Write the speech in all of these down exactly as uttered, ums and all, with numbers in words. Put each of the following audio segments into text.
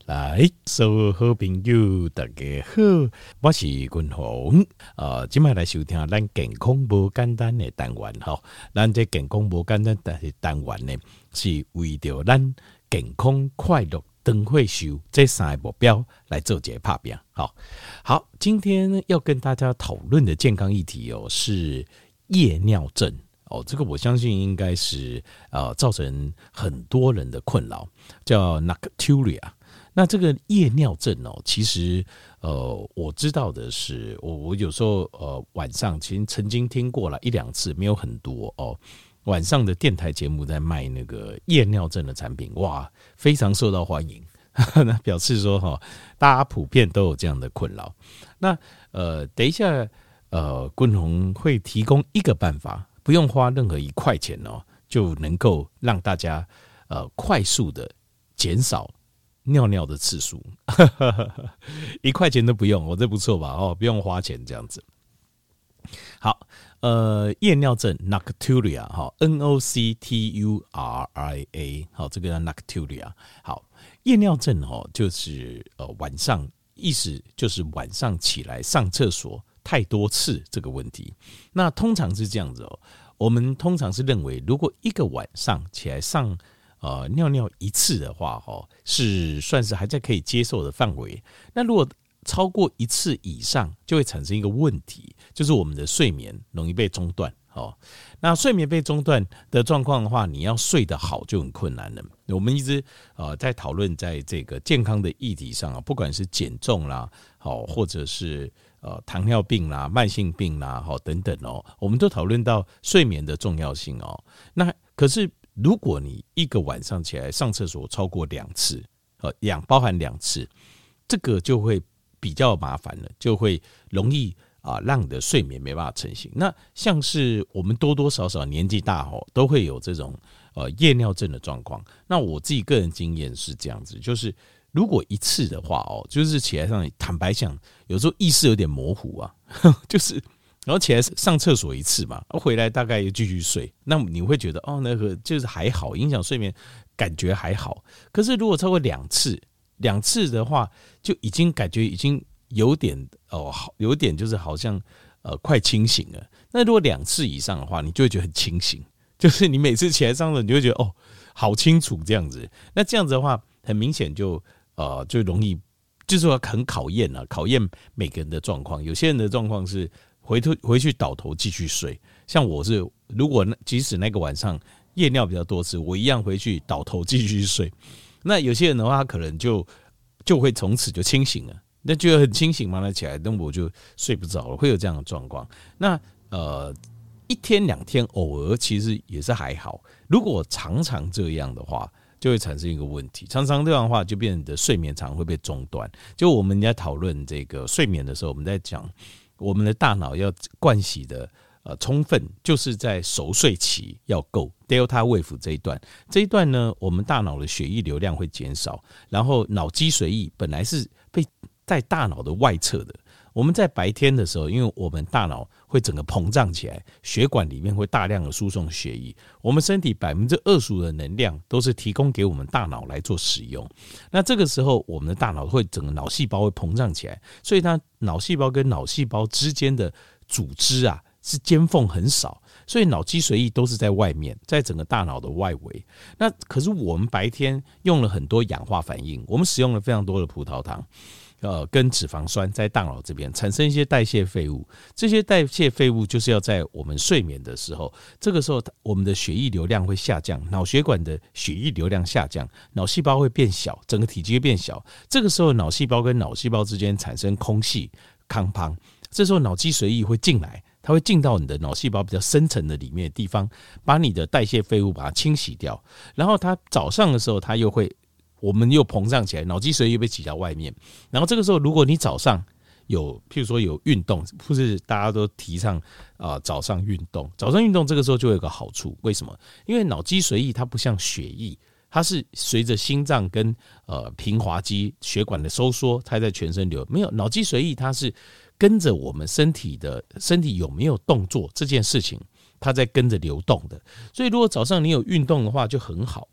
来，所有好朋友大家好，我是君鸿。呃，今麦来收听咱健康无简单的单元吼，咱这健康无简单的单元呢，是为着咱健康快乐长退休这三个目标来做一个打拼。好，好，今天要跟大家讨论的健康议题哦，是夜尿症。哦，这个我相信应该是呃造成很多人的困扰，叫 nocturia。那这个夜尿症哦，其实呃我知道的是，我我有时候呃晚上其实曾经听过了一两次，没有很多哦。晚上的电台节目在卖那个夜尿症的产品，哇，非常受到欢迎。那表示说哈，大家普遍都有这样的困扰。那呃，等一下呃，君鸿会提供一个办法。不用花任何一块钱哦，就能够让大家呃快速的减少尿尿的次数，一块钱都不用，我这不错吧？哦，不用花钱这样子。好，呃，夜尿症 nocturia 哈 ，N O C T U R I A 好，这个叫 nocturia。好，夜尿症哦，就是呃晚上，意思就是晚上起来上厕所太多次这个问题。那通常是这样子哦，我们通常是认为，如果一个晚上起来上呃尿尿一次的话，哦，是算是还在可以接受的范围。那如果超过一次以上，就会产生一个问题，就是我们的睡眠容易被中断。哦，那睡眠被中断的状况的话，你要睡得好就很困难了。我们一直呃在讨论在这个健康的议题上啊，不管是减重啦，好，或者是呃糖尿病啦、慢性病啦，好等等哦，我们都讨论到睡眠的重要性哦。那可是如果你一个晚上起来上厕所超过两次，呃，两包含两次，这个就会比较麻烦了，就会容易。啊，让你的睡眠没办法成型。那像是我们多多少少年纪大吼，都会有这种呃夜尿症的状况。那我自己个人经验是这样子，就是如果一次的话哦，就是起来上，坦白讲，有时候意识有点模糊啊，就是然后起来上厕所一次嘛，回来大概又继续睡，那你会觉得哦，那个就是还好，影响睡眠感觉还好。可是如果超过两次，两次的话，就已经感觉已经。有点哦，有点就是好像呃快清醒了。那如果两次以上的话，你就会觉得很清醒，就是你每次起来上厕所，你就会觉得哦好清楚这样子。那这样子的话，很明显就呃就容易，就是说很考验啊，考验每个人的状况。有些人的状况是回头回去倒头继续睡，像我是如果即使那个晚上夜尿比较多次，我一样回去倒头继续睡。那有些人的话，他可能就就会从此就清醒了。那觉得很清醒嘛，那起来，那我就睡不着了，会有这样的状况。那呃，一天两天偶尔其实也是还好，如果常常这样的话，就会产生一个问题。常常这样的话，就变成你的睡眠常会被中断。就我们在讨论这个睡眠的时候，我们在讲我们的大脑要盥洗的呃充分，就是在熟睡期要够 Delta Wave 这一段。这一段呢，我们大脑的血液流量会减少，然后脑脊髓液本来是被在大脑的外侧的，我们在白天的时候，因为我们大脑会整个膨胀起来，血管里面会大量的输送血液，我们身体百分之二十五的能量都是提供给我们大脑来做使用。那这个时候，我们的大脑会整个脑细胞会膨胀起来，所以它脑细胞跟脑细胞之间的组织啊是尖缝很少，所以脑脊髓液都是在外面，在整个大脑的外围。那可是我们白天用了很多氧化反应，我们使用了非常多的葡萄糖。呃，跟脂肪酸在大脑这边产生一些代谢废物，这些代谢废物就是要在我们睡眠的时候，这个时候我们的血液流量会下降，脑血管的血液流量下降，脑细胞会变小，整个体积会变小。这个时候脑细胞跟脑细胞之间产生空隙康滂，这时候脑脊髓液会进来，它会进到你的脑细胞比较深层的里面的地方，把你的代谢废物把它清洗掉。然后它早上的时候，它又会。我们又膨胀起来，脑脊髓又被挤到外面。然后这个时候，如果你早上有，譬如说有运动，不是大家都提倡啊、呃、早上运动。早上运动这个时候就有个好处，为什么？因为脑脊髓液它不像血液，它是随着心脏跟呃平滑肌血管的收缩，它在全身流。没有脑脊髓液，它是跟着我们身体的身体有没有动作这件事情，它在跟着流动的。所以如果早上你有运动的话，就很好。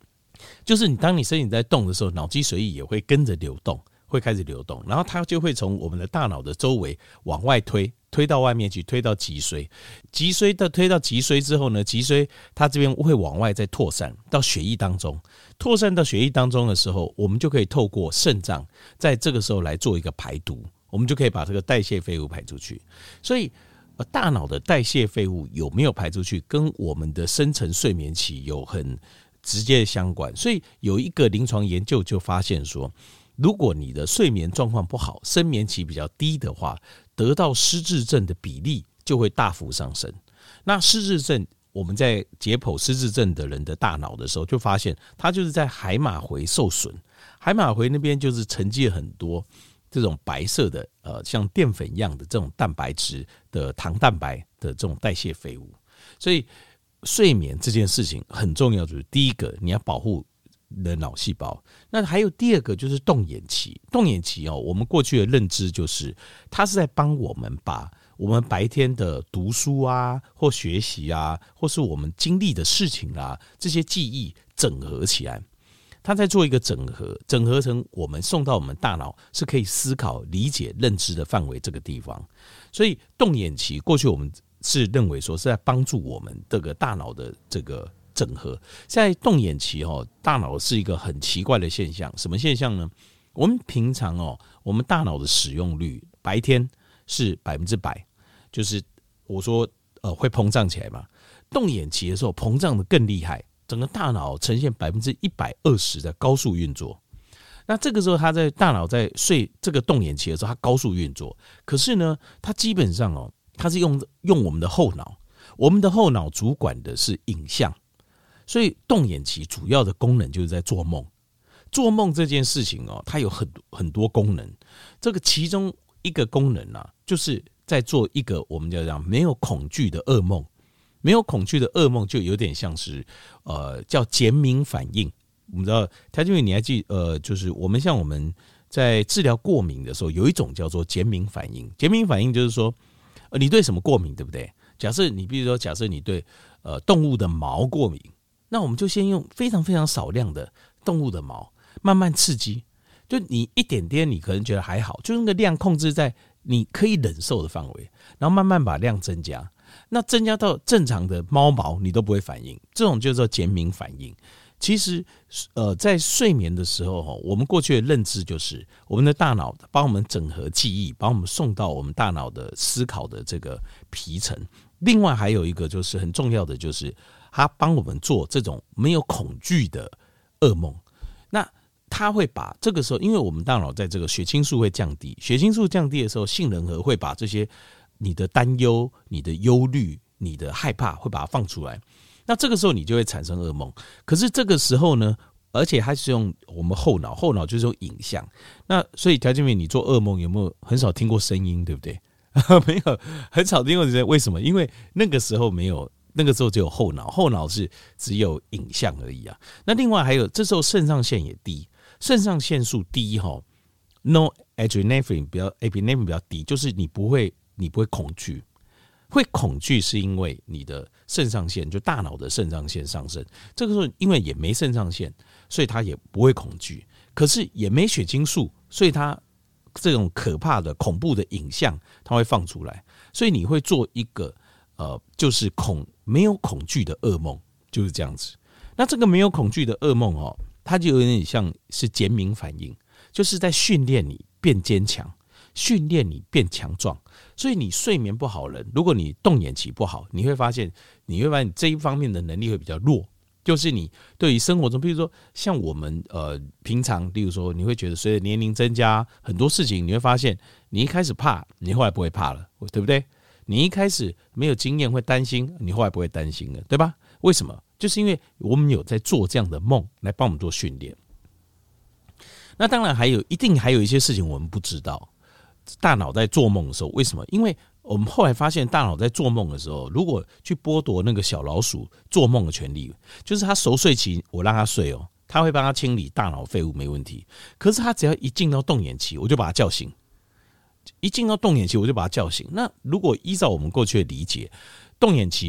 就是你当你身体在动的时候，脑脊髓液也会跟着流动，会开始流动，然后它就会从我们的大脑的周围往外推，推到外面去，推到脊髓，脊髓的推到脊髓之后呢，脊髓它这边会往外再扩散到血液当中，扩散到血液当中的时候，我们就可以透过肾脏在这个时候来做一个排毒，我们就可以把这个代谢废物排出去。所以大脑的代谢废物有没有排出去，跟我们的深层睡眠期有很直接的相关。所以有一个临床研究就发现说，如果你的睡眠状况不好，深眠期比较低的话，得到失智症的比例就会大幅上升。那失智症，我们在解剖失智症的人的大脑的时候，就发现它就是在海马回受损，海马回那边就是沉积了很多这种白色的呃像淀粉一样的这种蛋白质的糖蛋白的这种代谢废物。所以睡眠这件事情很重要，就是第一个你要保护你的脑细胞，那还有第二个就是动眼期。动眼期哦，我们过去的认知就是它是在帮我们把我们白天的读书啊或学习啊或是我们经历的事情啊这些记忆整合起来，它在做一个整合，整合成我们送到我们大脑是可以思考理解认知的范围这个地方。所以动眼期过去我们是认为说是在帮助我们这个大脑的这个整合。在动眼期哦，大脑是一个很奇怪的现象。什么现象呢？我们平常哦，我们大脑的使用率白天是百分之百，就是我说呃会膨胀起来嘛。动眼期的时候膨胀的更厉害，整个大脑呈现百分之一百二十的高速运作。那这个时候，他在大脑在睡这个动眼期的时候，它高速运作。可是呢，它基本上哦，它是用用我们的后脑，我们的后脑主管的是影像。所以动眼期主要的功能就是在做梦。做梦这件事情哦，它有很很多功能。这个其中一个功能啊，就是在做一个我们叫讲没有恐惧的噩梦。没有恐惧的噩梦就有点像是呃叫减敏反应。我们知道，台俊宇你还记呃，就是我们像我们在治疗过敏的时候，有一种叫做减敏反应。减敏反应就是说，呃，你对什么过敏，对不对？假设你比如说，假设你对呃动物的毛过敏。那我们就先用非常非常少量的动物的毛慢慢刺激，就你一点点你可能觉得还好，就那个量控制在你可以忍受的范围，然后慢慢把量增加，那增加到正常的猫毛你都不会反应，这种就叫减敏反应。其实呃，在睡眠的时候，我们过去的认知就是我们的大脑帮我们整合记忆，把我们送到我们大脑的思考的这个皮层。另外还有一个就是很重要的，就是他帮我们做这种没有恐惧的噩梦。那他会把这个时候，因为我们大脑在这个血清素会降低，血清素降低的时候，杏仁核会把这些你的担忧、你的忧虑、你的害怕会把它放出来。那这个时候你就会产生噩梦。可是这个时候呢，而且它是用我们后脑，后脑就是用影像。那所以条件面你做噩梦有没有很少听过声音，对不对？没有，很少听过声音。为什么？因为那个时候没有。那个时候只有后脑，后脑是只有影像而已啊。那另外还有，这时候肾上腺也低，肾上腺素低哈 ，noradrenaline 比较 epinephrine 比较低，就是你不会你不会恐惧，会恐惧是因为你的肾上腺就大脑的肾上腺上升。这个时候因为也没肾上腺，所以它也不会恐惧，可是也没血清素，所以它这种可怕的恐怖的影像它会放出来，所以你会做一个。呃，就是恐没有恐惧的噩梦，就是这样子。那这个没有恐惧的噩梦哦，它就有点像是减敏反应，就是在训练你变坚强，训练你变强壮。所以你睡眠不好人，如果你动眼期不好，你会发现，你会发现这一方面的能力会比较弱。就是你对于生活中，比如说像我们呃平常，例如说，你会觉得随着年龄增加，很多事情你会发现，你一开始怕，你后来不会怕了，对不对？你一开始没有经验会担心，你后来不会担心了，对吧？为什么？就是因为我们有在做这样的梦来帮我们做训练。那当然还有一定还有一些事情我们不知道。大脑在做梦的时候，为什么？因为我们后来发现，大脑在做梦的时候，如果去剥夺那个小老鼠做梦的权利，就是它熟睡期，我让它睡哦，它会帮它清理大脑废物没问题。可是它只要一进到动眼期，我就把它叫醒。一进到动眼期，我就把它叫醒。那如果依照我们过去的理解，动眼期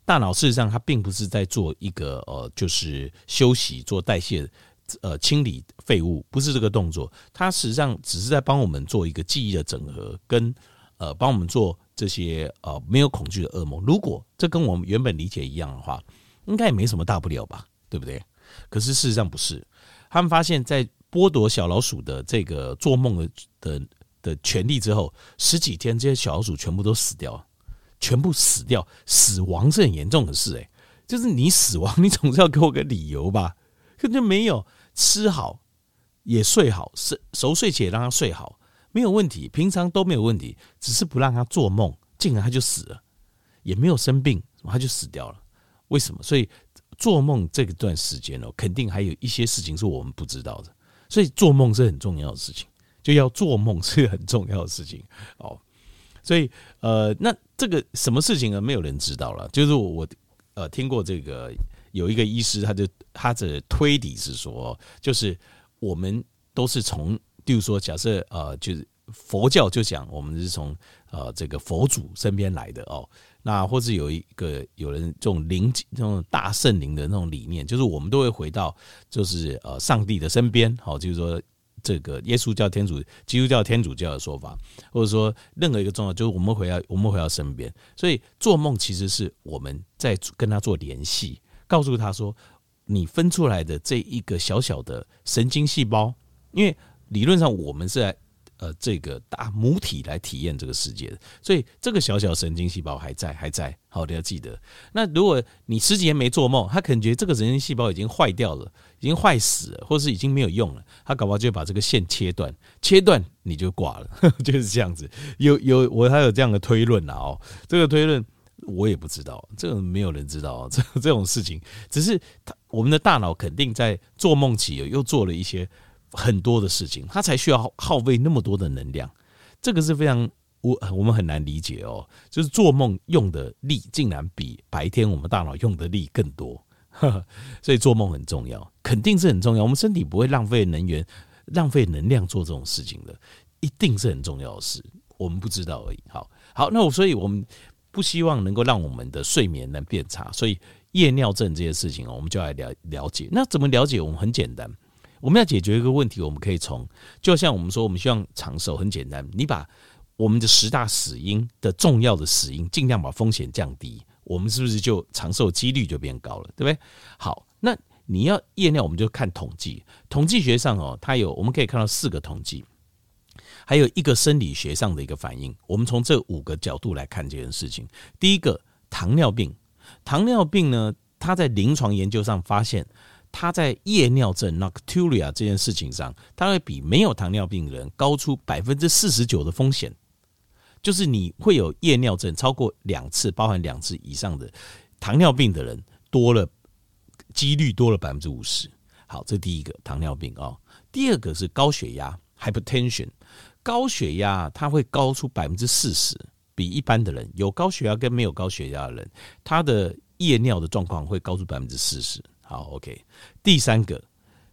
大脑事实上它并不是在做一个呃，就是休息、做代谢、呃清理废物，不是这个动作。它实际上只是在帮我们做一个记忆的整合，跟呃帮我们做这些呃没有恐惧的噩梦。如果这跟我们原本理解一样的话，应该也没什么大不了吧，对不对？可是事实上不是。他们发现，在剥夺小老鼠的这个做梦的的的权利之后，十几天这些小老鼠全部都死掉了。全部死掉，死亡是很严重的事、欸，就是你死亡，你总是要给我个理由吧？可就没有，吃好也睡好，熟睡起也让他睡好，没有问题，平常都没有问题，只是不让他做梦，竟然他就死了，也没有生病，他就死掉了。为什么？所以做梦这段时间哦，肯定还有一些事情是我们不知道的，所以做梦是很重要的事情，就要做梦是很重要的事情哦。所以，呃，那这个什么事情呢？没有人知道了。就是我，呃，听过这个有一个医师，他就他的推理是说，就是我们都是从，例如说，假设呃，就是佛教就讲我们是从呃这个佛祖身边来的哦。那或是有一个有人这种灵这种大圣灵的那种理念，就是我们都会回到就是呃上帝的身边，好，就是说。这个耶稣教、天主、基督教、天主教的说法，或者说任何一个重要，就是我们回到我们回到身边。所以做梦其实是我们在跟他做联系，告诉他说，你分出来的这一个小小的神经细胞，因为理论上我们是在呃这个大母体来体验这个世界的，所以这个小小神经细胞还在，还在，好的要记得。那如果你十几年没做梦，他可能觉得这个神经细胞已经坏掉了。已经坏死了，或是已经没有用了，他搞不好就会把这个线切断，切断你就挂了，就是这样子。有有我还有这样的推论啦哦，这个推论我也不知道，这个没有人知道这这种事情，只是我们的大脑肯定在做梦期又做了一些很多的事情，它才需要耗费那么多的能量，这个是非常我我们很难理解哦，就是做梦用的力竟然比白天我们大脑用的力更多。所以做梦很重要，肯定是很重要。我们身体不会浪费能源、浪费能量做这种事情的，一定是很重要的事。我们不知道而已。好，好，那我所以我们不希望能够让我们的睡眠能变差，所以夜尿症这些事情，我们就来了了解。那怎么了解？我们很简单，我们要解决一个问题，我们可以从就像我们说，我们希望长寿，很简单，你把我们的十大死因的重要的死因，尽量把风险降低。我们是不是就长寿几率就变高了，对不对？好，那你要夜尿，我们就看统计。统计学上哦，它有我们可以看到四个统计，还有一个生理学上的一个反应。我们从这五个角度来看这件事情。第一个，糖尿病，糖尿病呢，它在临床研究上发现，它在夜尿症 nocturia 这件事情上，它会比没有糖尿病的人高出百分之四十九的风险。就是你会有夜尿症超过两次，包含两次以上的糖尿病的人，多了几率多了百分之五十。好，这第一个糖尿病哦。第二个是高血压 hypertension， 高血压它会高出百分之四十，比一般的人有高血压跟没有高血压的人，他的夜尿的状况会高出百分之四十。好 ，OK。第三个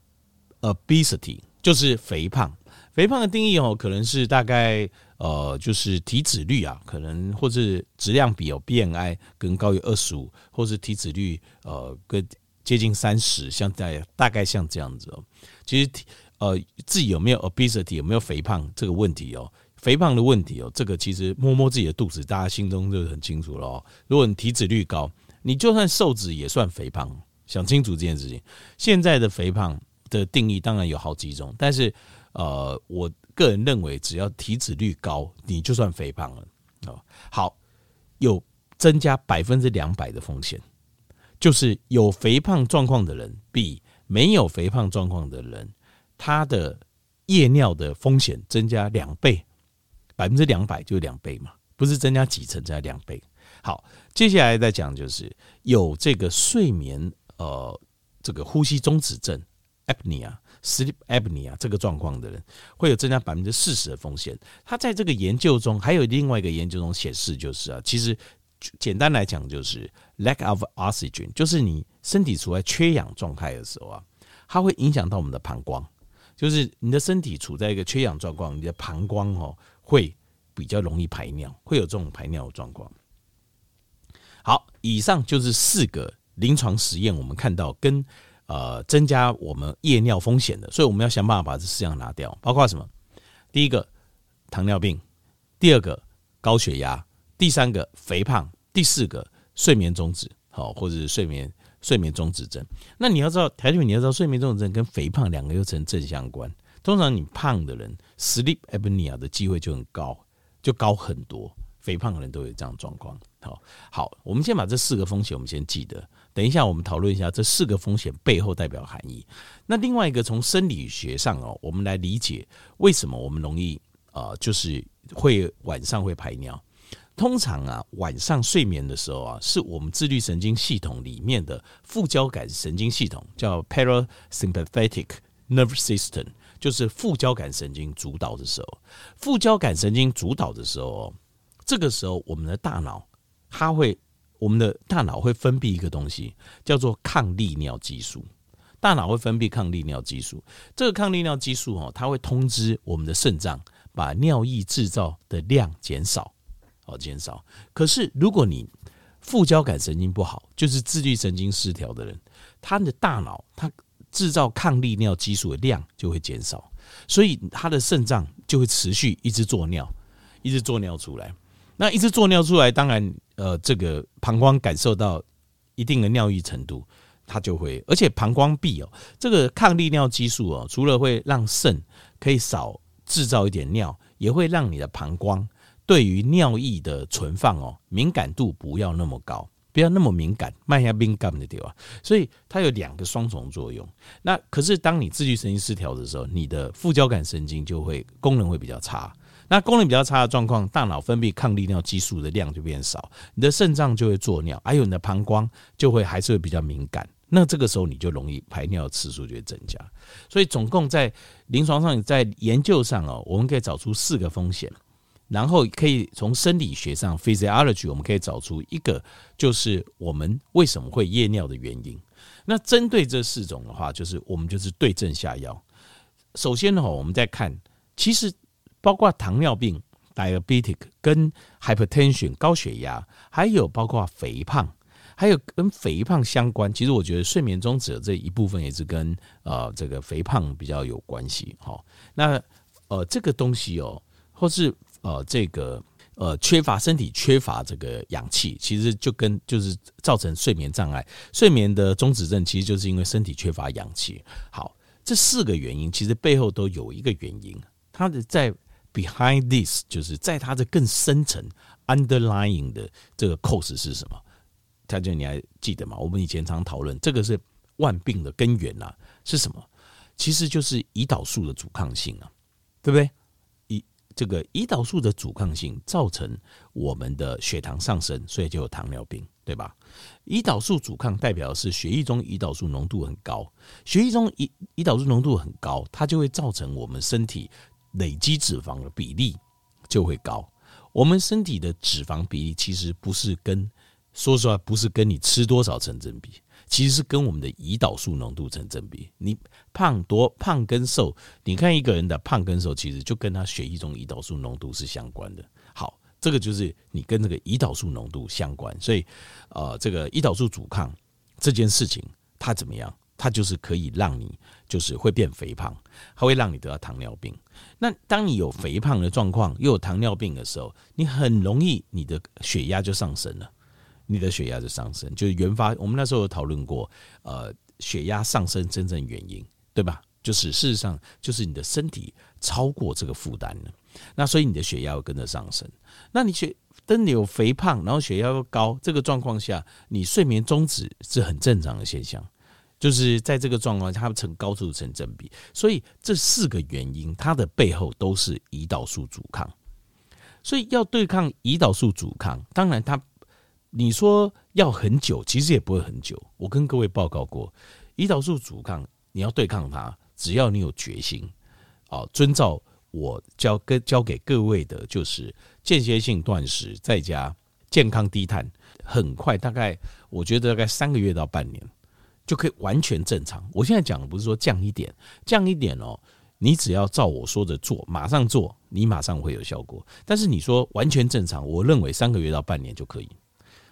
obesity 就是肥胖。肥胖的定义哦，可能是大概呃，就是体脂率啊，可能或是质量比有 B M I 跟高于二十五，或是体脂率呃跟接近三十，像在大概像这样子哦。其实呃自己有没有 obesity 有没有肥胖这个问题哦，肥胖的问题哦，这个其实摸摸自己的肚子，大家心中就很清楚了哦。如果你体脂率高，你就算瘦子也算肥胖，想清楚这件事情。现在的肥胖的定义当然有好几种，但是呃，我个人认为，只要体脂率高，你就算肥胖了。好，有增加百分之两百的风险，就是有肥胖状况的人比没有肥胖状况的人，他的夜尿的风险增加两倍，百分之两百就是两倍嘛，不是增加几成，增加两倍。好，接下来再讲就是有这个睡眠呃这个呼吸中止症 apnea。sleep apnea 这个状况的人会有增加百分之四十的风险。他在这个研究中，还有另外一个研究中显示，就是啊，其实简单来讲就是 lack of oxygen， 就是你身体处在缺氧状态的时候啊，它会影响到我们的膀胱，就是你的身体处在一个缺氧状况，你的膀胱哦会比较容易排尿，会有这种排尿的状况。 好，以上就是四个临床实验，我们看到跟呃增加我们夜尿风险的，所以我们要想办法把这四样拿掉，包括什么？第一个糖尿病，第二个高血压，第三个肥胖，第四个睡眠中止，好，或者是睡眠睡眠中止症。那你要知道，台中你要知道，睡眠中止症跟肥胖两个又成正相关。通常你胖的人 ，sleep apnea 的机会就很高，就高很多。肥胖的人都有这样的状况。好，好，我们先把这四个风险我们先记得。等一下我们讨论一下这四个风险背后代表含义。那另外一个从生理学上哦，我们来理解为什么我们容易呃就是会晚上会排尿。通常啊，晚上睡眠的时候啊，是我们自律神经系统里面的副交感神经系统，叫 parasympathetic nerve system， 就是副交感神经主导的时候。副交感神经主导的时候哦，这个时候我们的大脑，它会，我们的大脑会分泌一个东西，叫做抗利尿激素。大脑会分泌抗利尿激素，这个抗利尿激素哦，它会通知我们的肾脏，把尿液制造的量减少，哦，减少。可是如果你副交感神经不好，就是自律神经失调的人，他的大脑他制造抗利尿激素的量就会减少，所以他的肾脏就会持续一直做尿，一直做尿出来。那一直做尿出来，当然，呃，这个膀胱感受到一定的尿液程度，它就会，而且膀胱壁哦，这个抗利尿激素哦，除了会让肾可以少制造一点尿，也会让你的膀胱对于尿液的存放哦，敏感度不要那么高，不要那么敏感，慢下敏感的对吧？所以它有两个双重作用。那可是当你自律神经失调的时候，你的副交感神经就会功能会比较差。那功能比较差的状况，大脑分泌抗利尿激素的量就变少，你的肾脏就会做尿，还有你的膀胱就会还是会比较敏感。那这个时候你就容易排尿的次数就会增加。所以总共在临床上，在研究上哦，我们可以找出四个风险，然后可以从生理学上 physiology 我们可以找出一个就是我们为什么会夜尿的原因。那针对这四种的话，就是我们就是对症下药。首先呢，我们再看，其实包括糖尿病 diabetic 跟 hypertension 高血压，还有包括肥胖，还有跟肥胖相关，其实我觉得睡眠中止这一部分也是跟呃这个肥胖比较有关系。齁，那呃这个东西哦，或是呃这个呃缺乏身体缺乏这个氧气，其实就跟就是造成睡眠障碍。睡眠的中止症其实就是因为身体缺乏氧气。好，这四个原因其实背后都有一个原因，它的在behind this 就是在它的更深层 underlying 的这个 cause 是什么？大家你还记得吗？我们以前常讨论这个是万病的根源啊，是什么？其实就是胰岛素的阻抗性啊，对不对？胰这个胰岛素的阻抗性造成我们的血糖上升，所以就有糖尿病，对吧？胰岛素阻抗代表的是血液中胰岛素浓度很高，血液中胰胰岛素浓度很高，它就会造成我们身体累积脂肪的比例就会高。我们身体的脂肪比例其实不是跟，说实话不是跟你吃多少成正比，其实是跟我们的胰岛素浓度成正比。你胖多胖跟瘦，你看一个人的胖跟瘦，其实就跟他血液中胰岛素浓度是相关的。好，这个就是你跟这个胰岛素浓度相关，所以呃，这个胰岛素阻抗这件事情，它怎么样？它就是可以让你就是会变肥胖，它会让你得到糖尿病。那当你有肥胖的状况又有糖尿病的时候，你很容易你的血压就上升了，你的血压就上升，就是原发。我们那时候有讨论过，呃，血压上升真正原因，对吧？就是事实上就是你的身体超过这个负担了，那所以你的血压会跟着上升。那你血等你有肥胖，然后血压又高，这个状况下，你睡眠中止是很正常的现象。就是在这个状况下，它呈高度成正比，所以这四个原因，它的背后都是胰岛素阻抗。所以要对抗胰岛素阻抗，当然它你说要很久，其实也不会很久。我跟各位报告过，胰岛素阻抗你要对抗它，只要你有决心，哦，遵照我教跟教给各位的，就是间歇性断食，再加健康低碳，很快，大概我觉得大概三个月到半年。就可以完全正常。我现在讲的不是说降一点，降一点哦，你只要照我说的做，马上做，你马上会有效果。但是你说完全正常，我认为三个月到半年就可以。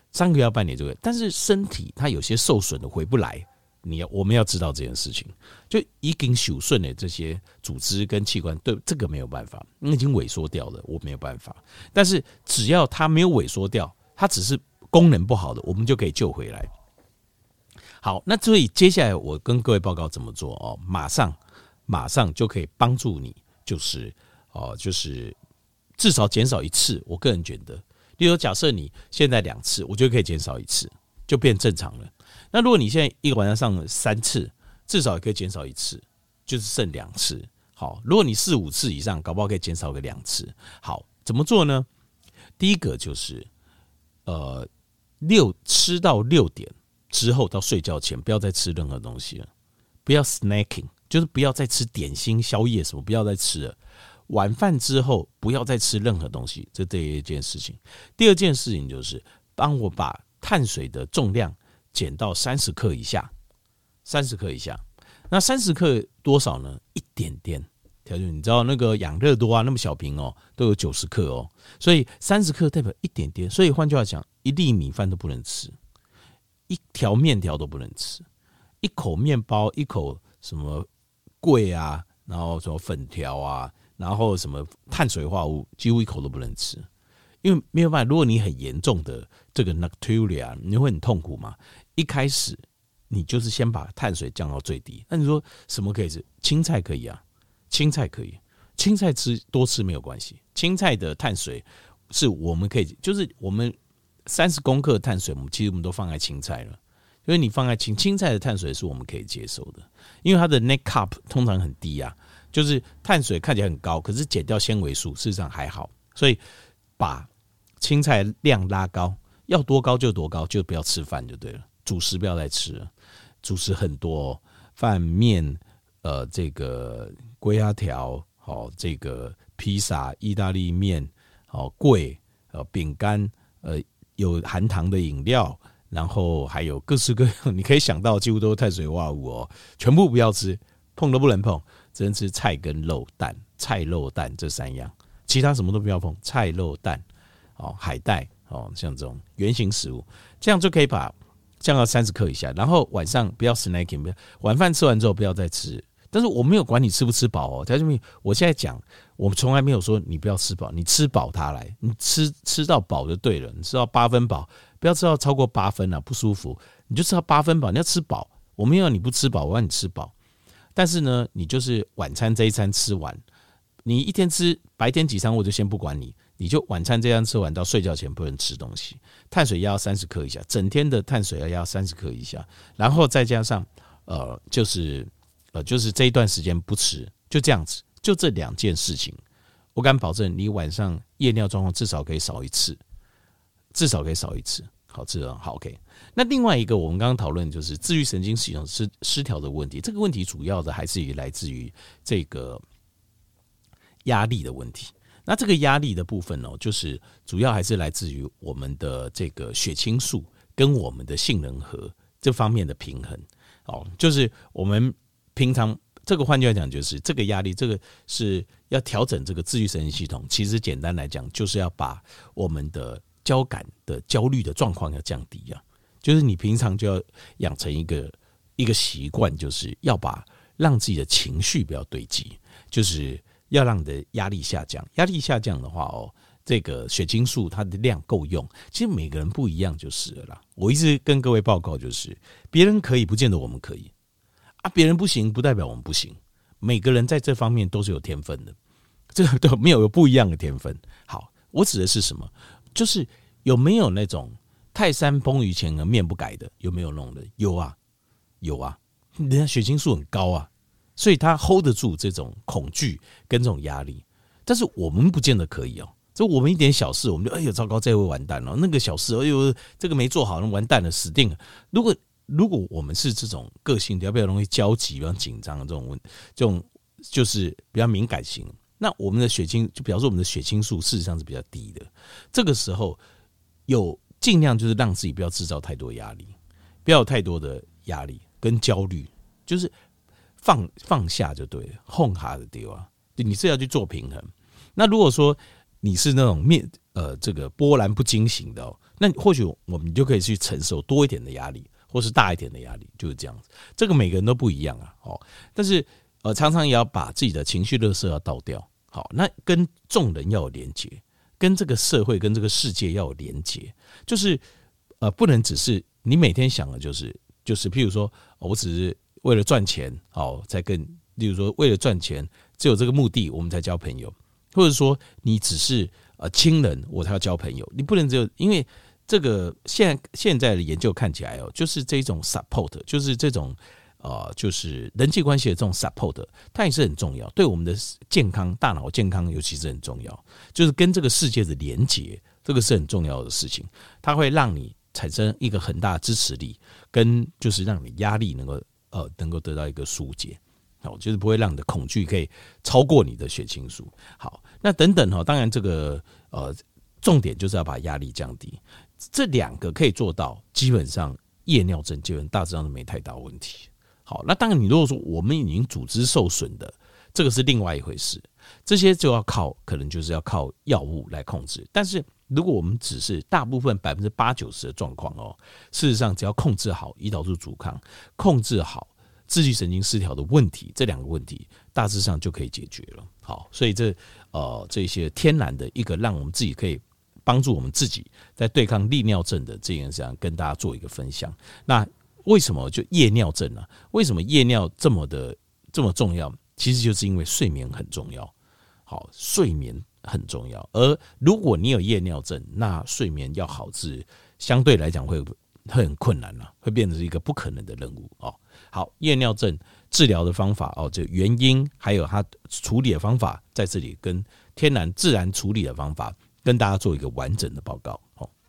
三个月到半年就会，但是身体它有些受损的回不来，你要我们要知道这件事情，就已经受损的这些组织跟器官，对这个没有办法，你已经萎缩掉了，我没有办法。但是只要它没有萎缩掉，它只是功能不好的，我们就可以救回来。好，那所以接下来我跟各位报告怎么做哦，马上马上就可以帮助你，就是哦，就是至少减少一次。我个人觉得，例如假设你现在两次，我觉得可以减少一次，就变正常了。那如果你现在一个晚上上三次，至少也可以减少一次，就是剩两次。好，如果你四五次以上，搞不好可以减少个两次。好，怎么做呢？第一个就是呃六吃到六点之后到睡觉前，不要再吃任何东西了，不要 snacking， 就是不要再吃点心、宵夜什么，不要再吃了。晚饭之后不要再吃任何东西，这第一件事情。第二件事情就是帮我把碳水的重量减到三十克以下，三十克以下。那三十克多少呢？一点点。条件你知道那个养乐多啊，那么小瓶哦，都有九十克哦，所以三十克代表一点点。所以换句话讲，一粒米饭都不能吃，一条面条都不能吃，一口面包，一口什么桂啊，然后什么粉条啊，然后什么碳水化合物，几乎一口都不能吃，因为没有办法。如果你很严重的这个 nocturia， 你会很痛苦嘛。一开始你就是先把碳水降到最低。那你说什么可以吃？青菜可以啊，青菜可以，青菜吃多吃没有关系。青菜的碳水是我们可以，就是我们三十公克的碳水，我们其实我们都放在青菜了。因为你放在青青菜的碳水是我们可以接受的，因为它的 net carb 通常很低啊，就是碳水看起来很高，可是减掉纤维素，事实上还好。所以把青菜量拉高，要多高就多高，就不要吃饭就对了。主食不要再吃了，主食很多、哦，饭面，呃，这个龟鸭条，好、哦，这个披萨、意大利面，好、哦，粿，呃，饼干，呃，有含糖的饮料。然后还有各式各样你可以想到几乎都是碳水化合物哦，全部不要吃，碰都不能碰，只能吃菜跟肉蛋，菜肉蛋这三样，其他什么都不要碰，菜肉蛋哦，海带哦，像这种原型食物，这样就可以把降到三十克以下。然后晚上不要 snacking， 不要晚饭吃完之后不要再吃。但是我没有管你吃不吃饱哦，条件我现在讲，我们从来没有说你不要吃饱，你吃饱它来，你吃吃到饱就对了，你吃到八分饱，不要吃到超过八分啊，不舒服，你就吃到八分饱，你要吃饱，我没有让你不吃饱，我让你吃饱。但是呢，你就是晚餐这一餐吃完，你一天吃白天几餐我就先不管你，你就晚餐这餐吃完到睡觉前不能吃东西，碳水要三十克以下，整天的碳水要三十克以下，然后再加上呃就是。呃，就是这一段时间不吃，就这样子，就这两件事情，我敢保证你晚上夜尿状况至少可以少一次，至少可以少一次。好，这好 OK。那另外一个我们刚刚讨论就是自律神经系统失失调的问题，这个问题主要的还是来自于这个压力的问题。那这个压力的部分呢、哦，就是主要还是来自于我们的这个血清素跟我们的杏仁核这方面的平衡。哦，就是我们。平常这个换句话讲，就是这个压力，这个是要调整这个自律神经系统。其实简单来讲，就是要把我们的交感的焦虑的状况要降低啊。就是你平常就要养成一个一个习惯，就是要把让自己的情绪不要堆积，就是要让你的压力下降。压力下降的话哦，这个血清素它的量够用。其实每个人不一样就是了啦。我一直跟各位报告，就是别人可以，不见得我们可以。啊，别人不行不代表我们不行，每个人在这方面都是有天分的，这个都没有有不一样的天分。好，我指的是什么？就是有没有那种泰山崩于前而面不改的？有没有弄的？有啊，有啊，人家血清素很高啊，所以他 hold 得住这种恐惧跟这种压力。但是我们不见得可以哦。这我们一点小事，我们就哎呦糟糕，这会完蛋了。那个小事，哎呦这个没做好，完蛋了，死定了。如果如果我们是这种个性比较容易焦急、比较紧张的这种这种就是比较敏感型，那我们的血清就表示我们的血清素事实上是比较低的。这个时候有尽量就是让自己不要制造太多压力，不要有太多的压力跟焦虑，就是放放下就对了，放下的对吧？你是要去做平衡。那如果说你是那种面呃这个波澜不惊型的、哦， 那或许我们就可以去承受多一点的压力，或是大一点的压力，就是这样子。这个每个人都不一样啊，哦，但是呃，常常也要把自己的情绪垃圾要倒掉，好，那跟众人要有连结，跟这个社会、跟这个世界要有连结，就是呃，不能只是你每天想的就是就是，譬如说，我只是为了赚钱，好，才跟，例如说为了赚钱，只有这个目的我们才交朋友，或者说你只是呃亲人，我才要交朋友，你不能只有因为。这个现在现在的研究看起来哦，就是这种 support， 就是这种呃，就是人际关系的这种 support， 它也是很重要，对我们的健康、大脑健康尤其是很重要。就是跟这个世界的连结，这个是很重要的事情，它会让你产生一个很大的支持力，跟就是让你压力能够呃能够得到一个疏解。好，就是不会让你的恐惧可以超过你的血清素。好，那等等哈，当然这个呃重点就是要把压力降低。这两个可以做到，基本上夜尿症基本大致上都没太大问题。好，那当然你如果说我们已经组织受损的，这个是另外一回事，这些就要靠可能就是要靠药物来控制。但是如果我们只是大部分百分之八九十的状况哦，事实上只要控制好胰岛素阻抗，控制好自律神经失调的问题，这两个问题大致上就可以解决了。好，所以这呃这些天然的一个让我们自己可以帮助我们自己在对抗利尿症的这件事上，跟大家做一个分享。那为什么就夜尿症呢、啊？为什么夜尿这么的这么重要？其实就是因为睡眠很重要。好，睡眠很重要。而如果你有夜尿症，那睡眠要好是相对来讲会会很困难了、啊，会变成一个不可能的任务哦。好，夜尿症治疗的方法哦，这原因还有它处理的方法，在这里跟天然自然处理的方法。跟大家做一个完整的报告。